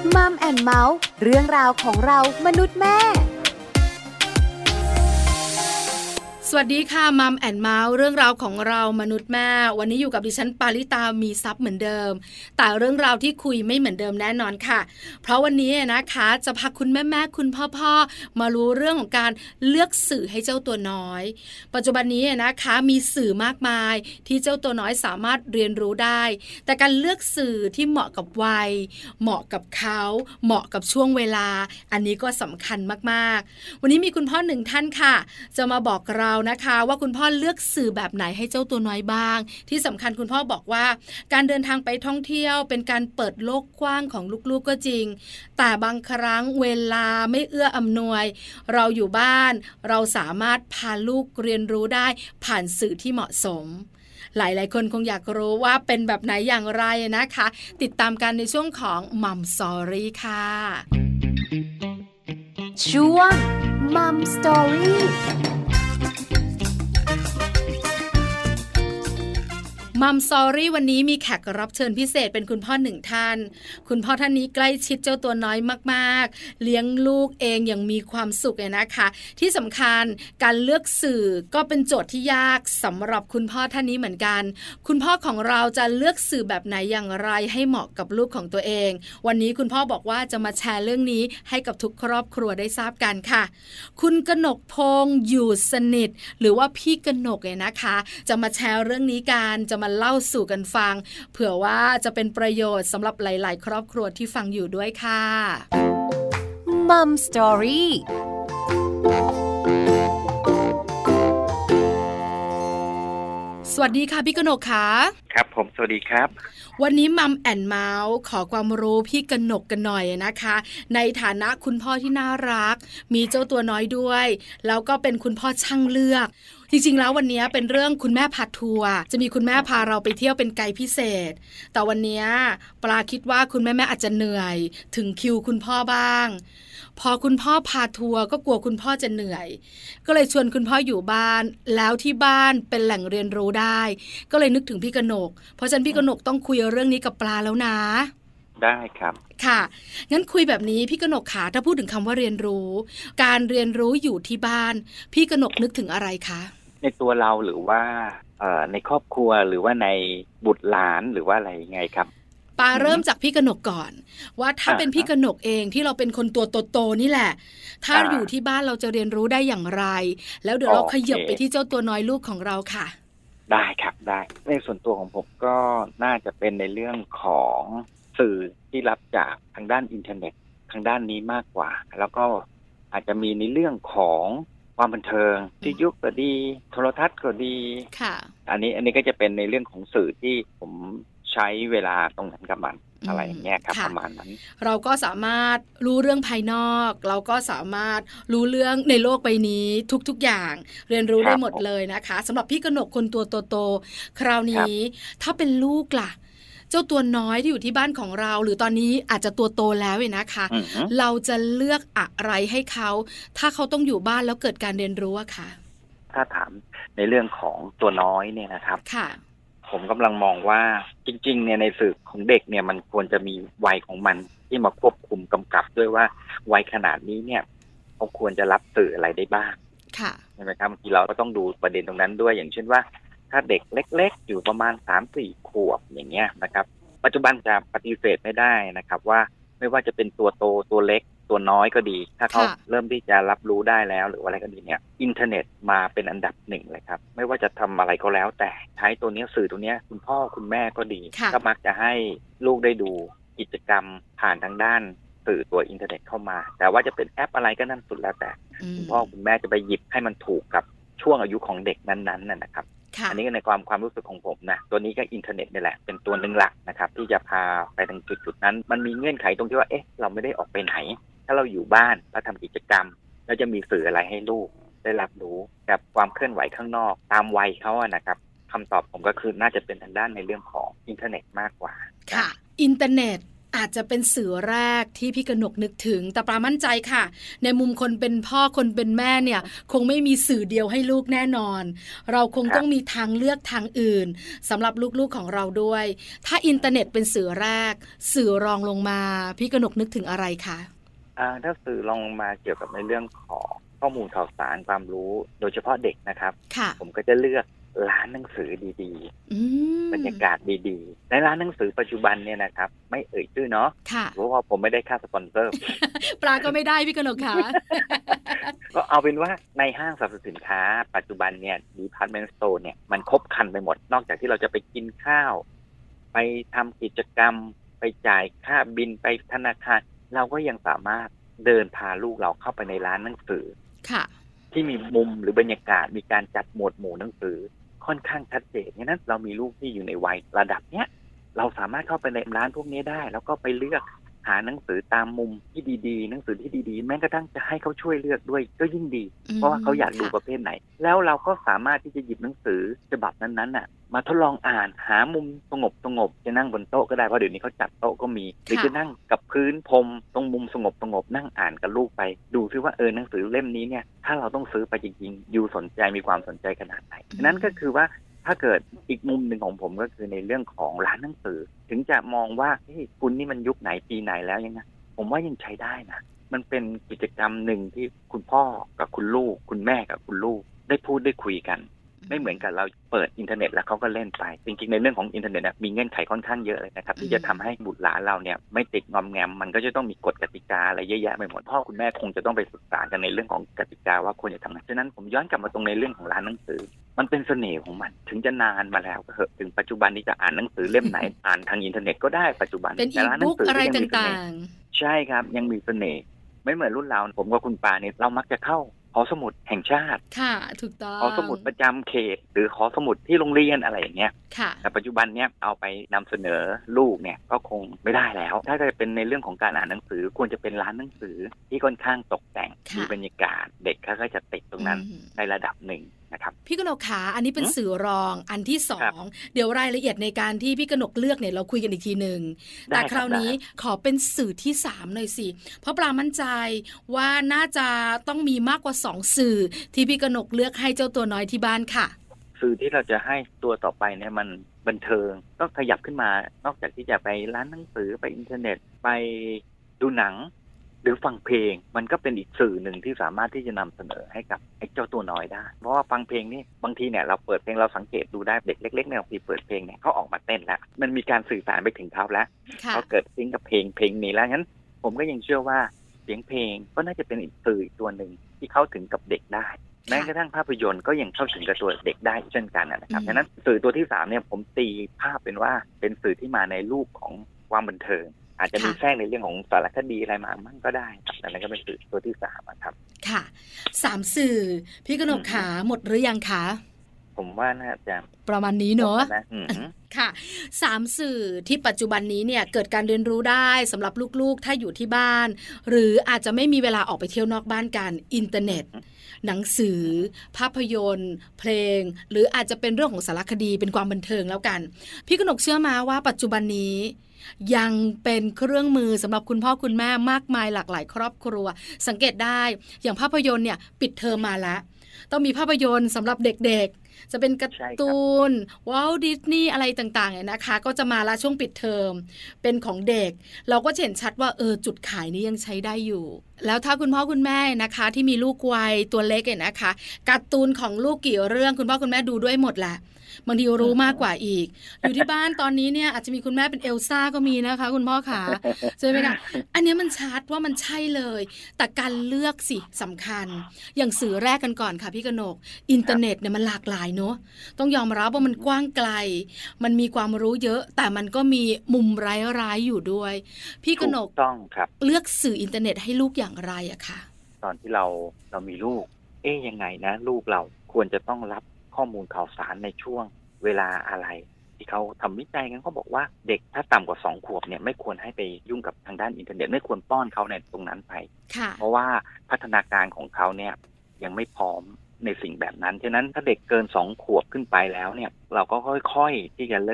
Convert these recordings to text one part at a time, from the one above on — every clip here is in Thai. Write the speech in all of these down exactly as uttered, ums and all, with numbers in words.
มัมแอนด์เมาส์เรื่องราวของเรามนุษย์แม่สวัสดีค่ะมัมแอนด์เมาส์เรื่องราวของเรามนุษย์แม่วันนี้อยู่กับดิฉันปาริตามีซับเหมือนเดิมแต่เรื่องราวที่คุยไม่เหมือนเดิมแน่นอนค่ะเพราะวันนี้นะคะจะพาคุณแม่แม่คุณพ่อพ่อมารู้เรื่องของการเลือกสื่อให้เจ้าตัวน้อยปัจจุบันนี้นะคะมีสื่อมากมายที่เจ้าตัวน้อยสามารถเรียนรู้ได้แต่การเลือกสื่อที่เหมาะกับวัยเหมาะกับเขาเหมาะกับช่วงเวลาอันนี้ก็สำคัญมากๆวันนี้มีคุณพ่อหนึ่งท่านค่ะจะมาบอกเรานะคะว่าคุณพ่อเลือกสื่อแบบไหนให้เจ้าตัวน้อยบ้างที่สำคัญคุณพ่อบอกว่าการเดินทางไปท่องเที่ยวเป็นการเปิดโลกกว้างของลูกๆก็จริงแต่บางครั้งเวลาไม่เอื้ออำนวยเราอยู่บ้านเราสามารถพาลูกเรียนรู้ได้ผ่านสื่อที่เหมาะสมหลายๆคนคงอยากรู้ว่าเป็นแบบไหนอย่างไรนะคะติดตามกันในช่วงของมัมสตอรี่ค่ะช่วงมัมสตอรี่มัมสตอรี่วันนี้มีแขกรับเชิญพิเศษเป็นคุณพ่อหนึ่งท่านคุณพ่อท่านนี้ใกล้ชิดเจ้าตัวน้อยมากๆเลี้ยงลูกเองอย่างมีความสุขเลยนะคะที่สำคัญการเลือกสื่อก็เป็นโจทย์ที่ยากสำหรับคุณพ่อท่านนี้เหมือนกันคุณพ่อของเราจะเลือกสื่อแบบไหนอย่างไรให้เหมาะกับลูกของตัวเองวันนี้คุณพ่อบอกว่าจะมาแชร์เรื่องนี้ให้กับทุกครอบครัวได้ทราบกันค่ะคุณกนกพงษ์อยู่สนิทหรือว่าพี่กนกเลยนะคะจะมาแชร์เรื่องนี้กันจะมาเล่าสู่กันฟังเผื่อว่าจะเป็นประโยชน์สำหรับหลายๆครอบครัวที่ฟังอยู่ด้วยค่ะมัมสตอรี่สวัสดีค่ะพี่กนกค่ะครับผมสวัสดีครับวันนี้มัมแอนเมาส์ขอความรู้พี่กนกกันหน่อยนะคะในฐานะคุณพ่อที่น่ารักมีเจ้าตัวน้อยด้วยแล้วก็เป็นคุณพ่อช่างเลือกจริงๆแล้ววันนี้เป็นเรื่องคุณแม่พาทัวร์จะมีคุณแม่พาเราไปเที่ยวเป็นไกด์พิเศษแต่วันนี้ปลาคิดว่าคุณแม่แม่อาจจะเหนื่อยถึงคิวคุณพ่อบ้างพอคุณพ่อพาทัวร์ก็กลัวคุณพ่อจะเหนื่อยก็เลยชวนคุณพ่ออยู่บ้านแล้วที่บ้านเป็นแหล่งเรียนรู้ได้ก็เลยนึกถึงพี่กนกเพราะฉะนั้นพี่กนกต้องคุยเรื่องนี้กับปลาแล้วนะได้ครับค่ะงั้นคุยแบบนี้พี่กนกขาถ้าพูดถึงคำว่าเรียนรู้การเรียนรู้อยู่ที่บ้านพี่กนกนึกถึงอะไรคะในตัวเราหรือว่าเอ่อในครอบครัวหรือว่าในบุตรหลานหรือว่าอะไรยังไงครับปาเริ่มจากพี่กนกก่อนว่าถ้าเป็นพี่กนกเองที่เราเป็นคนตัวโตๆนี่แหละถ้าอยู่ที่บ้านเราจะเรียนรู้ได้อย่างไรแล้วเดี๋ยวเราขยับไปที่เจ้าตัวน้อยลูกของเราค่ะได้ครับได้ในส่วนตัวของผมก็น่าจะเป็นในเรื่องของสื่อที่รับจากทางด้านอินเทอร์เน็ตทางด้านนี้มากกว่าแล้วก็อาจจะมีในเรื่องของความบันเทิงที่ยุคก็ดีโทรทัศน์ก็ดีค่ะอันนี้อันนี้ก็จะเป็นในเรื่องของสื่อที่ผมใช้เวลาตรงนั้นกับมันอะไรอย่างเงี้ยครับประมาณนั้นเราก็สามารถรู้เรื่องภายนอกเราก็สามารถรู้เรื่องในโลกใบนี้ทุกๆอย่างเรียนรู้ได้หมดเลยนะคะสำหรับพี่กนกคนตัวโตๆคราวนี้ถ้าเป็นลูกล่ะเจ้าตัวน้อยที่อยู่ที่บ้านของเราหรือตอนนี้อาจจะตัวโตแล้วเนี่ยนะคะเราจะเลือกอะไรให้เขาถ้าเขาต้องอยู่บ้านแล้วเกิดการเรียนรู้อะค่ะถ้าถามในเรื่องของตัวน้อยเนี่ยนะครับค่ะผมกำลังมองว่าจริงๆเนี่ยในสื่อของเด็กเนี่ยมันควรจะมีวัยของมันที่มาควบคุมกำกับด้วยว่าวัยขนาดนี้เนี่ยเขาควรจะรับสื่ออะไรได้บ้างค่ะใช่ไหมครับบางทีเราก็ต้องดูประเด็นตรงนั้นด้วยอย่างเช่นว่าถ้าเด็กเล็กๆอยู่ประมาณ สามถึงสี่ ขวบอย่างเงี้ยนะครับปัจจุบันจะปฏิเสธไม่ได้นะครับว่าไม่ว่าจะเป็นตัวโตตัวเล็กตัวน้อยก็ดีถ้าเขาเริ่มที่จะรับรู้ได้แล้วหรืออะไรก็ดีเนี่ยอินเทอร์เน็ตมาเป็นอันดับหนึ่งเลยครับไม่ว่าจะทำอะไรก็แล้วแต่ใช้ตัวนี้สื่อตัวนี้คุณพ่อคุณแม่ก็ดีก็มักจะให้ลูกได้ดูกิจกรรมผ่านทางด้านสื่อตัวอินเทอร์เน็ตเข้ามาแต่ว่าจะเป็นแอปอะไรก็นั่นสุดแล้วแต่คุณพ่อคุณแม่จะไปหยิบให้มันถูกกับช่วงอายุของเด็กนั้นๆน่ะนะครับอันนี้ก็ในความความรู้สึกของผมนะตัวนี้ก็อินเทอร์เน็ตนี่แหละเป็นตัวหนึ่งหลักนะครับที่จะพาไปถึงจุดๆนั้นมันมีเงื่อนไขตรงที่ว่าเอ๊ะเราไม่ได้ออกไปไหนถ้าเราอยู่บ้านแล้วทำกิจกรรมแล้วจะมีสื่ออะไรให้ลูกได้รับรู้กับความเคลื่อนไหวข้างนอกตามวัยเขาอะนะครับคำตอบผมก็คือน่าจะเป็นทางด้านในเรื่องของอินเทอร์เน็ตมากกว่าค่ะอินเทอร์เน็ตอาจจะเป็นสื่อแรกที่พี่กนกนึกถึงแต่ปลามั่นใจค่ะในมุมคนเป็นพ่อคนเป็นแม่เนี่ยคงไม่มีสื่อเดียวให้ลูกแน่นอนเราคงต้องมีทางเลือกทางอื่นสำหรับลูกๆของเราด้วยถ้าอินเทอร์เน็ตเป็นสื่อแรกสื่อรองลงมาพี่กนกนึกถึงอะไรคะอ่าถ้าสื่อรองลงมาเกี่ยวกับในเรื่องของข้อมูลข่าวสารความรู้โดยเฉพาะเด็กนะครับผมก็จะเลือกร้านหนังสือดีๆบรรยากาศดีๆในร้านหนังสือปัจจุบันเนี่ยนะครับไม่เอ่ยชื่อเนาะเพราะว่าผมไม่ได้ค่าสปอนเซอร์ปลาก็ไม่ได้พี่กนกค่ะก็เอาเป็นว่าในห้างสรรพสินค้าปัจจุบันเนี่ย Department Store เนี่ยมันครบครันไปหมดนอกจากที่เราจะไปกินข้าวไปทำกิจกรรมไปจ่ายค่าบินไปธนาคารเราก็ยังสามารถเดินพาลูกเราเข้าไปในร้านหนังสือที่มีมุมหรือบรรยากาศมีการจัดหมวดหมู่หนังสือค่อนข้างชัดเจนงั้นเรามีลูกที่อยู่ในวัยระดับเนี้ยเราสามารถเข้าไปในร้านพวกนี้ได้แล้วก็ไปเลือกหาหนังสือตามมุมที่ดีๆหนังสือที่ดีๆแม้กระทั่งจะให้เขาช่วยเลือกด้วยก็ยิ่งดีเพราะว่าเขาอยากดูประเภทไหนแล้วเราก็สามารถที่จะหยิบหนังสือฉบับนั้นๆน่ะมาทดลองอ่านหามุมสงบสงบจะนั่งบนโต๊ะก็ได้เพราะเดี๋ยวนี้เขาจัดโต๊ะก็มีหรือจะนั่งกับพื้นพรมตรงมุมสงบสงบนั่งอ่านกับลูกไปดูซิว่าเออหนังสือเล่มนี้เนี่ยถ้าเราต้องซื้อไปจริงๆยูสนใจมีความสนใจขนาดไหนนั้นก็คือว่าถ้าเกิดอีกมุมหนึ่งของผมก็คือในเรื่องของร้านหนังสือถึงจะมองว่าเฮ้ยคุณนี่มันยุคไหนปีไหนแล้วยังไงผมว่ายังใช้ได้นะมันเป็นกิจกรรมหนึ่งที่คุณพ่อกับคุณลูกคุณแม่กับคุณลูกได้พูดได้คุยกันไม่เหมือนกับเราเปิดอินเทอร์เน็ตแล้วเขาก็เล่นไปจริงๆในเรื่องของอินเทอร์เน็ตมีเงื่อนไขค่อนข้างเยอะเลยนะครับที่จะทำให้บุตรหลานเราเนี่ยไม่ติดงอมแงมมันก็จะต้องมีกฎกติกาอะไรเยอะแยะไปหมดพ่อคุณแม่คงจะต้องไปศึกษากันในเรื่องของกติกาว่าควรจะทำอะไรฉะนั้นผมย้อนกลับมาตรงในเรื่องของร้านหนังสือมันเป็นเสน่ห์ของมันถึงจะนานมาแล้วก็เถอะถึงปัจจุบันนี้จะอ่านหนังสือเล่มไหน อ่านทางอินเทอร์เน็ตก็ได้ปัจจุบันเป็นอีบุ๊กอะไรต่างๆใช่ครับยังมีเสน่ห์ไม่เหมือนรุ่นเราผมกับคุณปาเนี่ยเรามักจะเข้าหอสมุดแห่งชาติค่ะถูกต้องหอสมุดประจำเขตหรือหอสมุดที่โรงเรียนอะไรอย่างเงี้ยแต่ปัจจุบันเนี้ยเอาไปนำเสนอลูกเนี่ยก็คงไม่ได้แล้วถ้าจะเป็นในเรื่องของการอ่านหนังสือควรจะเป็นร้านหนังสือที่ค่อนข้างตกแต่งมีบรรยากาศเด็กเขาก็จะติดตรงนั้นในระดับหนึ่งนะครับพี่กนกขาอันนี้เป็นสื่อรองอันที่สองเดี๋ยวรายละเอียดในการที่พี่กนกเลือกเนี่ยเราคุยกันอีกทีนึงแต่คราวนี้ขอเป็นสื่อที่สามหน่อยสิเพราะปลามั่นใจว่าน่าจะต้องมีมากกว่าสองสื่อที่พี่กนกเลือกให้เจ้าตัวน้อยที่บ้านค่ะสื่อที่เราจะให้ตัวต่อไปเนี่ยมันบันเทิงก็ขยับขึ้นมานอกจากที่จะไปร้านหนังสือไปอินเทอร์เน็ตไปดูหนังหรือฟังเพลงมันก็เป็นอีกสื่อหนึ่งที่สามารถที่จะนำเสนอให้กับไอ้เจ้าตัวน้อยได้เพราะว่าฟังเพลงนี่บางทีเนี่ยเราเปิดเพลงเราสังเกตดูได้เด็กเล็กๆเนี่ยบางทีเปิดเพลงเนี่ยเขาออกมาเต้นแล้วมันมีการสื่อสารไปถึงเขาแล้วเขาเกิดซิงกับเพลงเพลงนี้แล้วงั้นผมก็ยังเชื่อว่าเสียงเพลงก็น่าจะเป็นอีกสื่อตัวหนึ่งที่เข้าถึงกับเด็กได้แม้กระทั่งภาพยนตร์ก็ยังเข้าถึงกับตัวเด็กได้เช่นกันนะครับฉะนั้นสื่อตัวที่สามเนี่ยผมตีภาพเป็นว่าเป็นสื่อที่มาในรูปของความบันเทิงอาจจะมีแทรกในเรื่องของสารคดีอะไรมามั่งก็ได้แต่นั่นก็เป็นสื่อตัวที่สามครับค่ะสามสื่อพี่กนกขาหมดหรือยังคะผมว่าน่าจะประมาณนี้เนอะค่ะสามสื่อที่ปัจจุบันนี้เนี่ยเกิดการเรียนรู้ได้สำหรับลูกๆถ้าอยู่ที่บ้านหรืออาจจะไม่มีเวลาออกไปเที่ยวนอกบ้านกันอินเทอร์เน็ตหนังสือภาพยนตร์เพลงหรืออาจจะเป็นเรื่องของสารคดีเป็นความบันเทิงแล้วกันพี่กนกเชื่อมาว่าปัจจุบันนี้ยังเป็นเครื่องมือสำหรับคุณพ่อคุณแม่มากมายหลากหลายครอบครัวสังเกตได้อย่างภาพยนตร์เนี่ยปิดเทอมมาแล้วต้องมีภาพยนตร์สำหรับเด็กๆจะเป็นการ์ตูนวอลดิสนีย์อะไรต่างๆเนี่ยนะคะก็จะมาละช่วงปิดเทอมเป็นของเด็กเราก็เห็นชัดว่าเออจุดขายนี้ยังใช้ได้อยู่แล้วถ้าคุณพ่อคุณแม่นะคะที่มีลูกวัยตัวเล็กเนี่ยนะคะการ์ตูนของลูกกี่เรื่องคุณพ่อคุณแม่ดูด้วยหมดแหละบางทีรู้มากกว่าอีกอยู่ที่บ้านตอนนี้เนี่ยอาจจะมีคุณแม่เป็นเอลซ่าก็มีนะคะคุณพ่อขาใช่ไหมคะอันนี้มันชัดว่ามันใช่เลยแต่การเลือกสิสำคัญอย่างสื่อแรกกันก่อนค่ะพี่กนกอินเทอร์เน็ตเนี่ยมันหลากหลายเนอะต้องยอมรับว่ามันกว้างไกลมันมีความรู้เยอะแต่มันก็มีมุมร้ายๆอยู่ด้วยพี่กนกต้องครับเลือกสื่ออินเทอร์เน็ตให้ลูกอย่างไรอะคะตอนที่เราเรามีลูกเอ๊ยยังไงนะลูกเราควรจะต้องรับข้อมูลข่าวสารในช่วงเวลาอะไรที่เขาทำวิจัยกันเขาบอกว่าเด็กถ้าต่ำกว่าสองขวบเนี่ยไม่ควรให้ไปยุ่งกับทางด้านอินเทอร์เน็ตไม่ควรป้อนเขาในตรงนั้นไปเพราะว่าพัฒนาการของเขาเนี่ยยังไม่พร้อมในสิ่งแบบนั้นฉะนั้นถ้าเด็กเกินสองขวบขึ้นไปแล้วเนี่ยเราก็ค่อยๆที่จะเริ่ม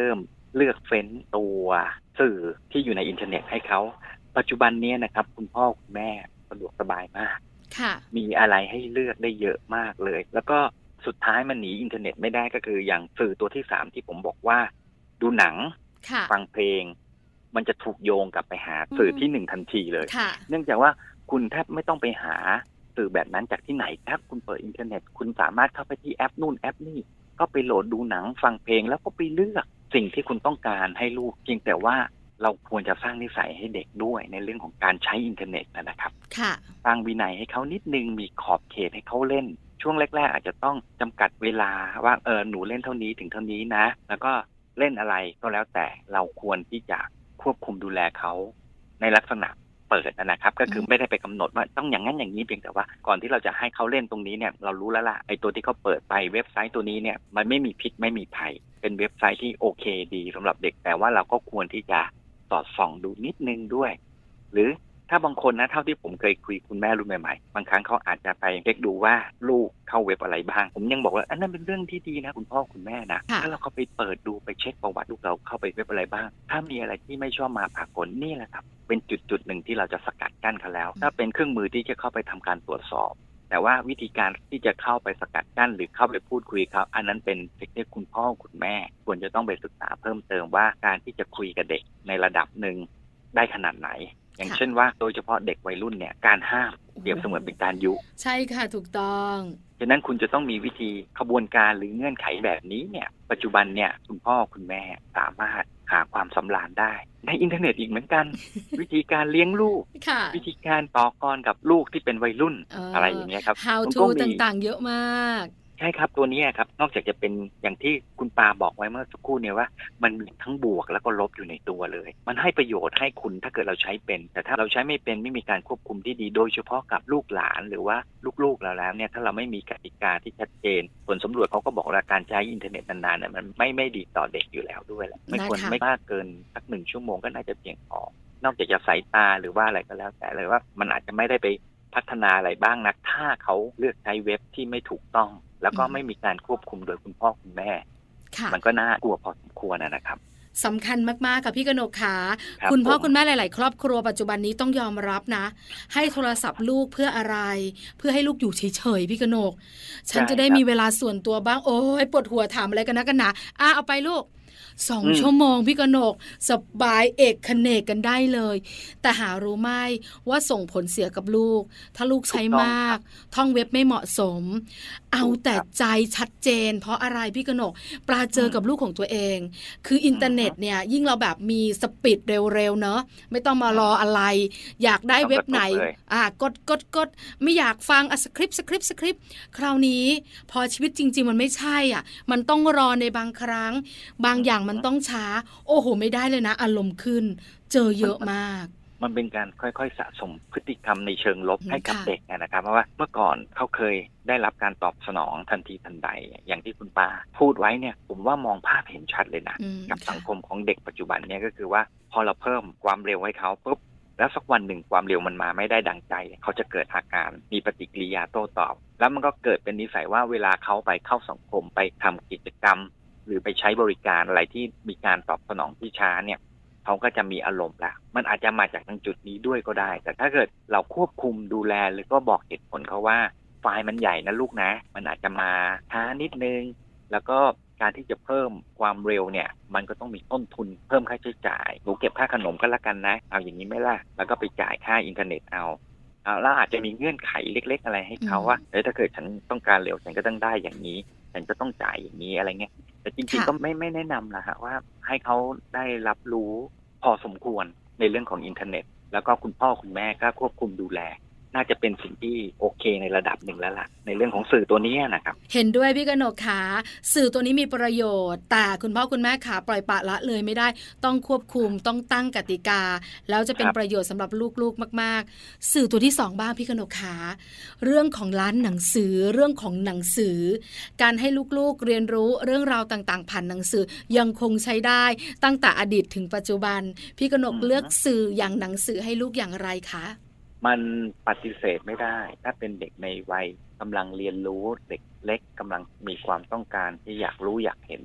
เลือกเฟ้นตัวสื่อที่อยู่ในอินเทอร์เน็ตให้เขาปัจจุบันนี้นะครับคุณพ่อคุณแม่สะดวกสบายมากมีอะไรให้เลือกได้เยอะมากเลยแล้วก็สุดท้ายมันหนีอินเทอร์เน็ตไม่ได้ก็คืออย่างสื่อตัวที่สามที่ผมบอกว่าดูหนังฟังเพลงมันจะถูกโยงกลับไปหาสื่อที่หนึ่งทันทีเลยเนื่องจากว่าคุณแทบไม่ต้องไปหาสื่อแบบนั้นจากที่ไหนถ้าคุณเปิดอินเทอร์เน็ตคุณสามารถเข้าไปที่แอปนู่นแอปนี่ก็ไปโหลดดูหนังฟังเพลงแล้วก็ไปเลือกสิ่งที่คุณต้องการให้ลูกเพียงแต่ว่าเราควรจะสร้างนิสัยให้เด็กด้วยในเรื่องของการใช้อินเทอร์เน็ตนะครับสร้างวินัยให้เขานิดนึงมีขอบเขตให้เขาเล่นช่วงแรกๆอาจจะต้องจำกัดเวลาว่าเออหนูเล่นเท่านี้ถึงเท่านี้นะแล้วก็เล่นอะไรก็แล้วแต่เราควรที่จะควบคุมดูแลเขาในลักษณะเปิดนะครับก็คือไม่ได้ไปกำหนดว่าต้องอย่างนั้นอย่างนี้เพียงแต่ว่าก่อนที่เราจะให้เขาเล่นตรงนี้เนี่ยเรารู้แล้วล่ะไอ้ตัวที่เขาเปิดไปเว็บไซต์ตัวนี้เนี่ยมันไม่มีพิษไม่มีภัยเป็นเว็บไซต์ที่โอเคดีสำหรับเด็กแต่ว่าเราก็ควรที่จะสอดส่องดูนิดนึงด้วยหรือถ้าบางคนนะเท่าที่ผมเคยคุยคุณแม่รุ่นใหม่ๆบางครั้งเขาอาจจะไปเช็คดูว่าลูกเข้าเว็บอะไรบ้างผมยังบอกว่าอันนั้นเป็นเรื่องที่ดีนะคุณพ่อคุณแม่นะถ้าเราเข้าไปเปิดดูไปเช็คประวัติลูกเราเข้าไปเว็บอะไรบ้างถ้ามีอะไรที่ไม่ชอบมาพากลนี่แหละครับเป็นจุดๆหนึ่งที่เราจะสกัดกั้นเขาแล้วถ้าเป็นเครื่องมือที่จะเข้าไปทำการตรวจสอบแต่ว่าวิธีการที่จะเข้าไปสกัดกั้นหรือเข้าไปพูดคุยเขาอันนั้นเป็นสิ่งที่คุณพ่อคุณแม่ควรจะต้องไปศึกษาเพิ่มเติมว่าการที่จะคุยกับเด็กในระดับหนึ่งได้ขนาดไหนอย่างเช่นว่าโดยเฉพาะเด็กวัยรุ่นเนี่ยการห้ามเปรียบเสมือนเป็นการยุใช่ค่ะถูกต้องฉะนั้นคุณจะต้องมีวิธีขบวนการหรือเงื่อนไขแบบนี้เนี่ยปัจจุบันเนี่ยคุณพ่อคุณแม่สามารถหาความสำราญได้ในอินเทอร์เน็ตอีกเหมือนกัน วิธีการเลี้ยงลูกวิธีการต่อกรกับลูกที่เป็นวัยรุ่น อ, อะไรอย่างเงี้ยครับ How to ต่างๆเยอะมากใช่ครับตัวนี้ครับนอกจากจะเป็นอย่างที่คุณปาบอกไว้เมื่อสักครู่เนี่ยว่ามันมีทั้งบวกแล้วก็ลบอยู่ในตัวเลยมันให้ประโยชน์ให้คุณถ้าเกิดเราใช้เป็นแต่ถ้าเราใช้ไม่เป็นไม่มีการควบคุมที่ดีโดยเฉพาะกับลูกหลานหรือว่าลูกๆเราแล้วเนี่ยถ้าเราไม่มีกติกาที่ชัดเจนผลสำรวจเขาก็บอกว่าการใช้อินเทอร์เน็ตนานๆเนี่ยมันไม่ไม่ดีต่อเด็กอยู่แล้วด้วยแหละไม่ควรไม่มากเกินสักหนึ่งชั่วโมงก็น่าจะเพียงพอนอกจากจะสายตาหรือว่าอะไรก็แล้วแต่เลยว่ามันอาจจะไม่ได้ไปพัฒนาอะไรบ้างนักถ้าเขาเลือกใช้เว็บที่ไม่ถูกต้องแล้วก็ไม่มีการควบคุมโดยคุณพ่อคุณแม่มันก็น่ากลัวพอสมควรนะครับสำคัญมากๆค่ะพี่กนกขาคุณพ่อคุณแม่หลายๆครอบครัวปัจจุบันนี้ต้องยอมรับนะให้โทรศัพท์ลูกเพื่ออะไรเพื่อให้ลูกอยู่เฉยๆพี่กนกฉันจะได้มีเวลาส่วนตัวบ้างโอ้ยปวดหัวถามอะไรกันนะกันนะอ่ะเอาไปลูกสองชั่วโมงพี่กนกสบายเอกเขนกกันได้เลยแต่หารู้ไหมว่าส่งผลเสียกับลูกถ้าลูกใช้มากท่องเว็บไม่เหมาะสมเอาแต่ใจชัดเจนเพราะอะไรพี่กนกปลาเจอกับลูกของตัวเองคืออินเทอร์เน็ตเนี่ยยิ่งเราแบบมีสปีดเร็วๆเนอะไม่ต้องมารออะไรอยากได้เว็บไหนอ่ะกดกดกดไม่อยากฟังอ่ะสคริปต์สคริปต์สคริปต์คราวนี้พอชีวิตจริงๆมันไม่ใช่อ่ะมันต้องรอในบางครั้งบางอย่างมันต้องช้าโอ้โหไม่ได้เลยนะอารมณ์ขึ้นเจอเยอะมากมันเป็นการค่อยๆสะสมพฤติกรรมในเชิงลบให้กับเด็กนะครับเพราะว่าเมื่อก่อนเขาเคยได้รับการตอบสนองทันทีทันใดอย่างที่คุณปาพูดไว้เนี่ยผมว่ามองภาพเห็นชัดเลยนะกับสังคมของเด็กปัจจุบันเนี่ยก็คือว่าพอเราเพิ่มความเร็วให้เขาปุ๊บแล้วสักวันหนึ่งความเร็วมันมาไม่ได้ดังใจเขาจะเกิดอาการมีปฏิกิริยาโต้ตอบแล้วมันก็เกิดเป็นนิสัยว่าเวลาเขาไปเข้าสังคมไปทำกิจกรรมหรือไปใช้บริการอะไรที่มีการตอบสนองที่ช้าเนี่ยเขาก็จะมีอารมณ์ละมันอาจจะมาจากทางจุดนี้ด้วยก็ได้แต่ถ้าเกิดเราควบคุมดูแลหรือก็บอกเหตุผลเขาว่าไฟล์มันใหญ่นะลูกนะมันอาจจะมาช้านิดนึงแล้วก็การที่จะเพิ่มความเร็วเนี่ยมันก็ต้องมีต้นทุนเพิ่มค่าใช้จ่ายหนูเก็บค่าขนมก็แล้วกันนะเอาอย่างนี้ไหมล่ะแล้วก็ไปจ่ายค่าอินเทอร์เน็ตเอาเอาแล้วอาจจะมีเงื่อนไขเล็กๆอะไรให้เขาว่าเอ้ยถ้าเกิดฉันต้องการเร็วฉันก็ต้องได้อย่างนี้ฉันก็ต้องจ่ายอย่างนี้อะไรเงี้ยแต่จริงๆก็ไม่ไม่แนะนำนะฮะว่าให้เขาได้รับรู้พอสมควรในเรื่องของอินเทอร์เน็ตแล้วก็คุณพ่อคุณแม่ก็ควบคุมดูแลน่าจะเป็นสิ่งที่โอเคในระดับหนึ่งแล้วล่ะในเรื่องของสื่อตัวนี้นะครับเห็นด้วยพี่กนกขาสื่อตัวนี้มีประโยชน์แต่คุณพ่อคุณแม่ขาปล่อยปละละเลยไม่ได้ต้องควบคุมต้องตั้งกติกาแล้วจะเป็นประโยชน์สำหรับลูกๆมากๆสื่อตัวที่สองบ้างพี่กนกขาเรื่องของร้านหนังสือเรื่องของหนังสือการให้ลูกๆเรียนรู้เรื่องราวต่างๆผ่านหนังสือยังคงใช้ได้ตั้งแต่อดีตถึงปัจจุบันพี่กนกเลือกสื่ออย่างหนังสือให้ลูกอย่างไรคะมันปฏิเสธไม่ได้ถ้าเป็นเด็กในวัยกำลังเรียนรู้เด็กเล็กกำลังมีความต้องการที่อยากรู้อยากเห็นเนี่ย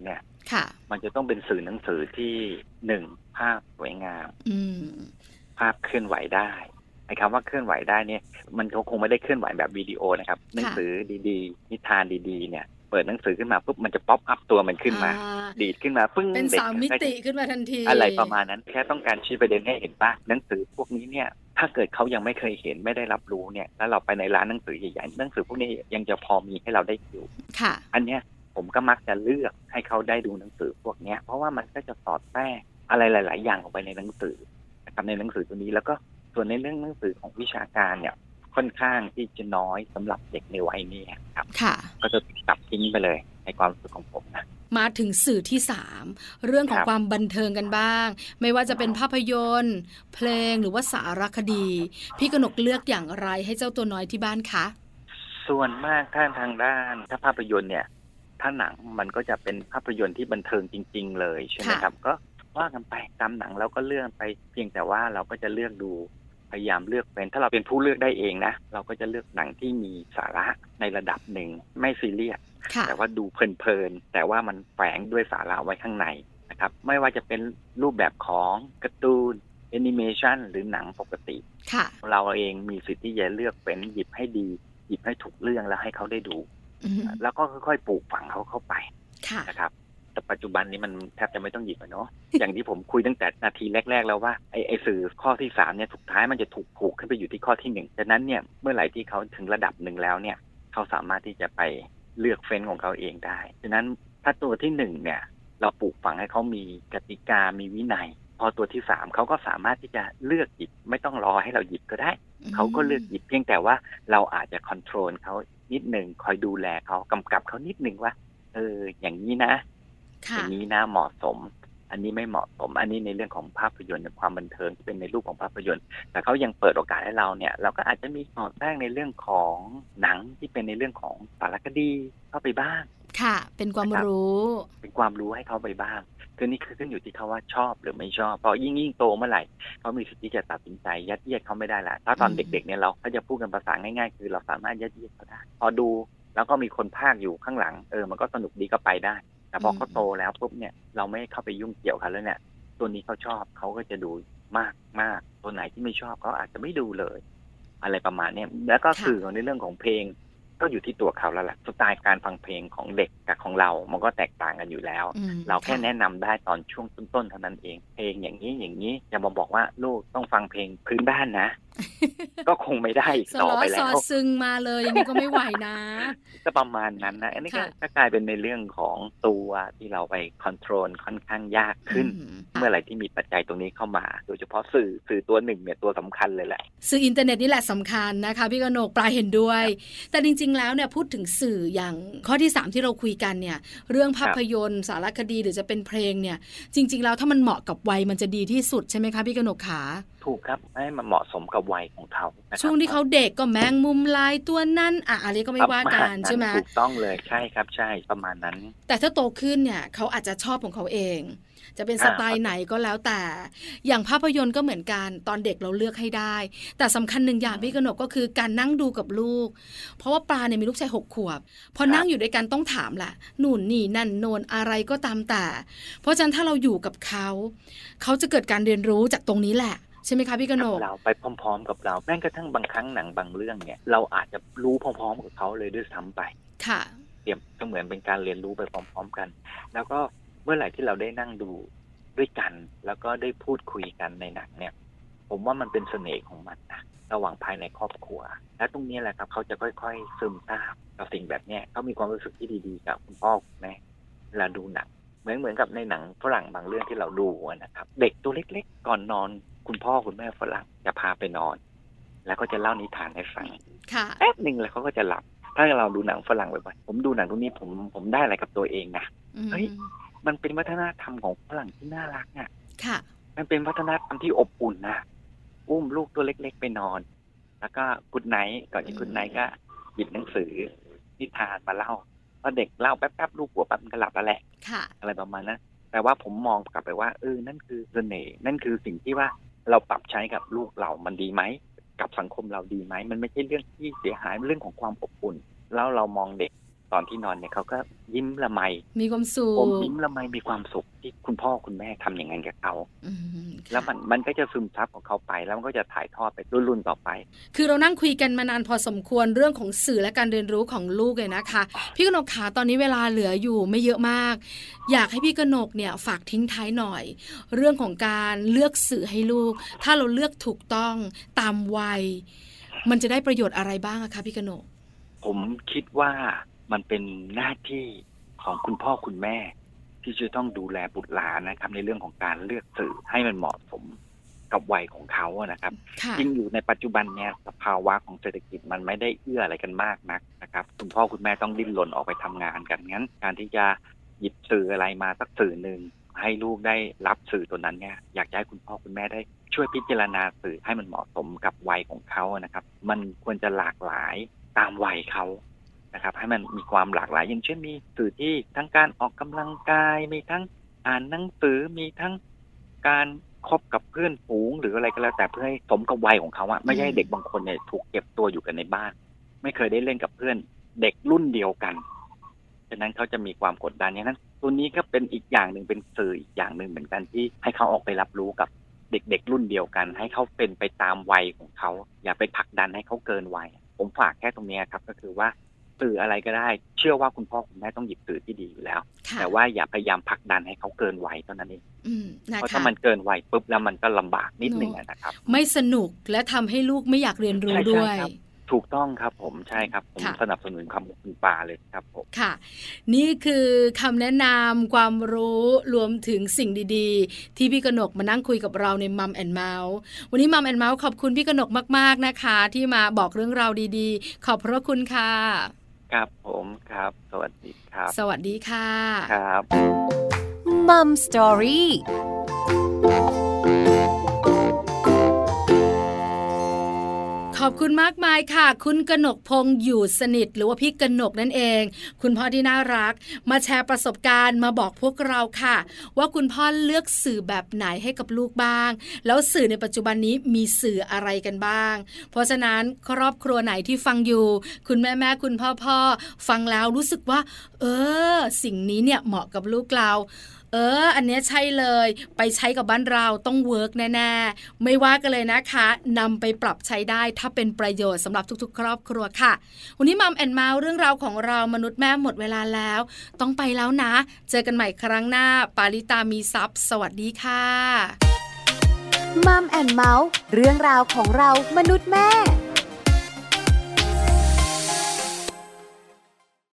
ค่ะมันจะต้องเป็นสื่อหนังสือที่หนึ่งภาพสวยงามอืมภาพเคลื่อนไหวได้ไอ้คำว่าเคลื่อนไหวได้เนี่ยมันคงไม่ได้เคลื่อนไหวแบบวิดีโอนะครับหนังสือดีๆนิทานดีๆเนี่ยเปิดหนังสือขึ้นมาปุ๊บมันจะป๊อปอัพตัวมันขึ้นมาดีดขึ้นมาปึ้งเป็นสามมิติขึ้นมาทันทีอะไรประมาณนั้นแค่ต้องการชี้ประเด็นให้เห็นว่าหนังสือพวกนี้เนี่ยถ้าเกิดเขายังไม่เคยเห็นไม่ได้รับรู้เนี่ยแล้วเราไปในร้านหนังสือใหญ่ๆหนังสือพวกนี้ยังจะพอมีให้เราได้ดูค่ะอันเนี้ยผมก็มักจะเลือกให้เขาได้ดูหนังสือพวกนี้เพราะว่ามันก็จะสอดแทรกอะไรหลายๆอย่างออกไปในหนังสือนะครับในหนังสือตัวนี้แล้วก็ส่วนในเรื่องหนังสือของวิชาการเนี่ยค่อนข้างที่จะน้อยสำหรับเด็กในวัยนี้ครับก็จะตัดทิ้งไปเลยในความรู้สึกของผมนะมาถึงสื่อที่สามเรื่องของความบันเทิงกันบ้างไม่ว่าจะเป็นภาพยนตร์เพลงหรือว่าสารคดีพี่กนกเลือกอย่างไรให้เจ้าตัวน้อยที่บ้านคะส่วนมากถ้าทางด้านถ้าภาพยนตร์เนี่ยถ้าหนังมันก็จะเป็นภาพยนตร์ที่บันเทิงจริงๆเลยใช่ไหมครับก็ว่ากันไปตามหนังเราก็เลือกไปเพียงแต่ว่าเราก็จะเลือกดูพยายามเลือกเป็นถ้าเราเป็นผู้เลือกได้เองนะเราก็จะเลือกหนังที่มีสาระในระดับหนึ่งไม่ซีเรียสแต่ว่าดูเพลินๆแต่ว่ามันแฝงด้วยสาระไว้ข้างในนะครับไม่ว่าจะเป็นรูปแบบของการ์ตูนแอนิเมชันหรือหนังปกติเราเองมีสิทธิ์ที่จะเลือกเป็นหยิบให้ดีหยิบให้ถูกเรื่องแล้วให้เขาได้ดูแล้วก็ค่อยๆปลูกฝังเขาเข้าไปนะครับแต่ปัจจุบันนี้มันแทบจะไม่ต้องหยิบเนาะ อย่างที่ผมคุยตั้งแต่นาทีแรกๆแล้วว่าไอ้ไอ้สื่อข้อที่สามเนี่ยสุดท้ายมันจะถูกผูกขึ้นไปอยู่ที่ข้อที่หนึ่งฉะนั้นเนี่ยเมื่อไหร่ที่เขาถึงระดับหนึ่งแล้วเนี่ยเขาสามารถที่จะไปเลือกเฟ้นของเขาเองได้ฉะนั้นถ้าตัวที่หนึ่งเนี่ยเราปลูกฝังให้เขามีกติกามีวินัยพอตัวที่สามเขาก็สามารถที่จะเลือกหยิบไม่ต้องรอให้เราหยิบก็ได้เขาก็เลือกหยิบเพียงแต่ว่าเราอาจจะคอนโทรลเขานิดนึงคอยดูแลเขากำกับเขานิดนึงว่าเอออย่างนี้นะอย่างนี้นะเหมาะสมอันนี้ไม่เหมาะสมอันนี้ในเรื่องของภาพยนตร์ความบันเทิงที่เป็นในรูปของภาพยนตร์แต่เขายังเปิดโอกาสให้เราเนี่ยเราก็อาจจะมีสอดแทรกในเรื่องของหนังที่เป็นในเรื่องของสารคดีเข้าไปบ้างค่ะเป็นความรู้เป็นความรู้ให้เขาไปบ้างคือนี่คือขึ้นอยู่ที่เขาว่าชอบหรือไม่ชอบพอยิ่งยิ่งโตเมื่อไหร่เขามีสิทธิ์ที่จะตัดสินใจยัดเยียดเขาไม่ได้ละถ้าตอนเด็กๆเนี่ยเราเขาจะพูดกันภาษาง่ายๆคือเราสามารถยัดเยียดเขาได้พอดูแล้วก็มีคนพากย์อยู่ข้างหลังเออมันก็สนุกดีก็ไปได้แต่พอเขาโตแล้วปุ๊บเนี่ยเราไม่เข้าไปยุ่งเกี่ยวกันแล้วเนี่ยตัวนี้เขาชอบเขาก็จะดูมากมากตัวไหนที่ไม่ชอบเขาอาจจะไม่ดูเลยอะไรประมาณนี้แล้วก็สื่อในเรื่องของเพลงก็อยู่ที่ตัวเขาแล้วแหละสไตล์การฟังเพลงของเด็กกับของเรามันก็แตกต่างกันอยู่แล้วเราแค่แนะนำได้ตอนช่วงต้นๆเท่านั้นเองเพลงอย่างนี้อย่างนี้จะมาบอกว่าลูกต้องฟังเพลงพื้นบ้านนะ ก็คงไม่ได้อีกต่อไปแล้วซอซึงมาเลยอย่างนี้ก็ไม่ไหวนะก็ประมาณนั้นนะอันนี้ก็กลายเป็นในเรื่องของตัวที่เราไปคอนโทรลค่อนข้างยากขึ้นเมื่อไหร่ที่มีปัจจัยตรงนี้เข้ามาโดยเฉพาะสื่อสื่อตัวหนึ่งเนี่ยตัวสำคัญเลยแหละสื่ออินเทอร์เน็ตนี่แหละสำคัญนะคะพี่กนกปลาเห็นด้วยแต่จริงๆแล้วเนี่ยพูดถึงสื่ออย่างข้อที่สามที่เราคุยกันเนี่ยเรื่องภาพยนตร์สารคดีหรือจะเป็นเพลงเนี่ยจริงๆแล้วถ้ามันเหมาะกับวัยมันจะดีที่สุดใช่ไหมคะพี่กนกขาถูกครับให้มันเหมาะสมกับวัยของเขาช่วงที่เขาเด็กก็แมงมุมลายตัวนั้นอ่ะอะไรก็ไม่ว่ากันใช่ไหมถูกต้องเลยใช่ครับใช่ประมาณนั้นแต่ถ้าโตขึ้นเนี่ยเขาอาจจะชอบของเขาเองจะเป็นสไตล์ไหนก็แล้วแต่อย่างภาพยนตร์ก็เหมือนกันตอนเด็กเราเลือกให้ได้แต่สำคัญหนึ่งอย่างพี่กนกก็คือการนั่งดูกับลูกเพราะว่าปลาเนี่ยมีลูกชายหกขวบพอนั่งอยู่ด้วยกันต้องถามแหละหนุนนี่นั่นโนนอะไรก็ตามแต่เพราะฉะนั้นถ้าเราอยู่กับเขาเขาจะเกิดการเรียนรู้จากตรงนี้แหละใช่ไหมคะพี่กนกเราไปพร้อมๆกับเราแม้กระทั่งบางครั้งหนังบางเรื่องเนี่ยเราอาจจะรู้พร้อมๆกับเขาเลยด้วยซ้ำไปค่ะเปรียบเสมือนเป็นการเรียนรู้ไปพร้อมๆกันแล้วก็เมื่อไหร่ที่เราได้นั่งดูด้วยกันแล้วก็ได้พูดคุยกันในหนังเนี่ยผมว่ามันเป็นเสน่ห์ของมันนะระหว่างภายในครอบครัวและตรงนี้แหละครับเขาจะค่อยๆซึมซาบกับสิ่งแบบนี้เขามีความรู้สึกที่ดีๆกับคุณพ่อคุณแม่เวลาดูหนังเหมือนเหมือนกับในหนังฝรั่งบางเรื่องที่เราดูนะครับเด็กตัวเล็กๆก่อนนอนคุณพ่อคุณแม่ฝรั่งจะพาไปนอนแล้วก็จะเล่านิทานให้ฟังแป๊บนึงแล้วเขาก็จะหลับถ้าเราดูหนังฝรั่งบ่อยๆผมดูหนังตรงนี้ผมผมได้อะไรกับตัวเองนะเฮ้ยมันเป็นวัฒนธรรมของฝรั่งที่น่ารักอ่ะค่ะมันเป็นวัฒนธรรมที่อบอุ่นนะอุ้มลูกตัวเล็กๆไปนอนแล้วก็กุดไนท์ก่อนจะกุดไนท์ก็หยิบหนังสือนิทานมาเล่าพอเด็กเล่าแป๊บๆลูกหัวแป๊บมันก็หลับแล้วแหละอะไรประมาณนั้นแต่ว่าผมมองกลับไปว่าเออนั่นคือเสน่ห์นั่นคือสิ่งที่ว่าเราปรับใช้กับลูกเรามันดีไหมกับสังคมเราดีไหมมันไม่ใช่เรื่องที่เสียหายเรื่องของความอบอุ่นแล้วเรามองเด็กตอนที่นอนเนี่ยเขาก็ยิ้มละไมมีความสุขผมยิ้มละไมมีความสุขที่คุณพ่อคุณแม่ทำอย่างนั้นกับเขาแล้วมันมันก็จะซึมซับของเขาไปแล้วมันก็จะถ่ายทอดไปรุ่นๆต่อไปคือเรานั่งคุยกันมานานพอสมควรเรื่องของสื่อและการเรียนรู้ของลูกเลยนะคะพี่กนกขาตอนนี้เวลาเหลืออยู่ไม่เยอะมากอยากให้พี่กนกเนี่ยฝากทิ้งท้ายหน่อยเรื่องของการเลือกสื่อให้ลูกถ้าเราเลือกถูกต้องตามวัยมันจะได้ประโยชน์อะไรบ้างอะคะพี่กนกผมคิดว่ามันเป็นหน้าที่ของคุณพ่อคุณแม่ที่จะต้องดูแลบุตรหลานนะครับในเรื่องของการเลือกสื่อให้มันเหมาะสมกับวัยของเขานะครับยิ่งอยู่ในปัจจุบันเนี้ยสภาวะของเศรษฐกิจมันไม่ได้เอื้ออะไรกันมากนักนะครับคุณพ่อคุณแม่ต้องดิ้นรนออกไปทำงานกันงั้นการที่จะหยิบสื่ออะไรมาสักสื่อหนึ่งให้ลูกได้รับสื่อตัวนั้นเนี่ยอยากให้คุณพ่อคุณแม่ได้ช่วยพิจารณาสื่อให้มันเหมาะสมกับวัยของเขานะครับมันควรจะหลากหลายตามวัยเขานะครับให้มันมีความหลากหลายอย่างเช่นมีสื่อที่ทั้งการออกกำลังกายมีทั้งอ่านหนังสือมีทั้งการคบกับเพื่อนฝูงหรืออะไรก็แล้วแต่เพื่อให้สมกับวัยของเขาอะไม่ใช่เด็กบางคนเนี่ยถูกเก็บตัวอยู่กันในบ้านไม่เคยได้เล่นกับเพื่อนเด็กรุ่นเดียวกันฉะนั้นเขาจะมีความกดดันอย่างนั้นตัวนี้ก็เป็นอีกอย่างหนึ่งเป็นสื่ออีกอย่างหนึ่งเหมือนกันที่ให้เขาออกไปรับรู้กับเด็กๆรุ่นเดียวกันให้เขาเป็นไปตามวัยของเขาอย่าไปผลักดันให้เขาเกินวัยผมฝากแค่ตรงนี้ครับก็คือว่าสื่ออะไรก็ได้เชื่อว่าคุณพ่อคุณแม่ต้องหยิบสื่อที่ดีอยู่แล้วแต่ว่าอย่าพยายามผลักดันให้เขาเกินวัยเท่านั้นเองเพราะถ้ามันเกินวัยปุ๊บแล้วมันก็ลำบากนิดนึงนะครับไม่สนุกและทำให้ลูกไม่อยากเรียนรู้ด้วยถูกต้องครับผมใช่ครับผมสนับสนุนคำของคุณปาเลยครับผมค่ะนี่คือคำแนะนำความรู้รวมถึงสิ่งดีๆที่พี่กนกมานั่งคุยกับเราในมัมแอนด์เมาส์วันนี้มัมแอนด์เมาส์ขอบคุณพี่กนกมากๆนะคะที่มาบอกเรื่องราวดีๆขอบพระคุณค่ะครับผมครับสวัสดีครับสวัสดีค่ะครับมัมสตอรี่ขอบคุณมากมายค่ะคุณกนกพงษ์อยู่สนิทหรือว่าพี่กนกนั่นเองคุณพ่อที่น่ารักมาแชร์ประสบการณ์มาบอกพวกเราค่ะว่าคุณพ่อเลือกสื่อแบบไหนให้กับลูกบ้างแล้วสื่อในปัจจุบันนี้มีสื่ออะไรกันบ้างเพราะฉะนั้นครอบครัวไหนที่ฟังอยู่คุณแม่แม่คุณพ่อพ่อฟังแล้วรู้สึกว่าเออสิ่งนี้เนี่ยเหมาะกับลูกเราเอออันนี้ใช่เลยไปใช้กับบ้านเราต้องเวิร์กแน่ๆไม่ว่ากันเลยนะคะนำไปปรับใช้ได้ถ้าเป็นประโยชน์สำหรับทุกๆครอบครัวค่ะวันนี้มัมแอนด์เมาส์เรื่องราวของเรามนุษย์แม่หมดเวลาแล้วต้องไปแล้วนะเจอกันใหม่ครั้งหน้าปาริตามีซัพ์สวัสดีค่ะมัมแอนด์เมาส์เรื่องราวของเรามนุษย์แม่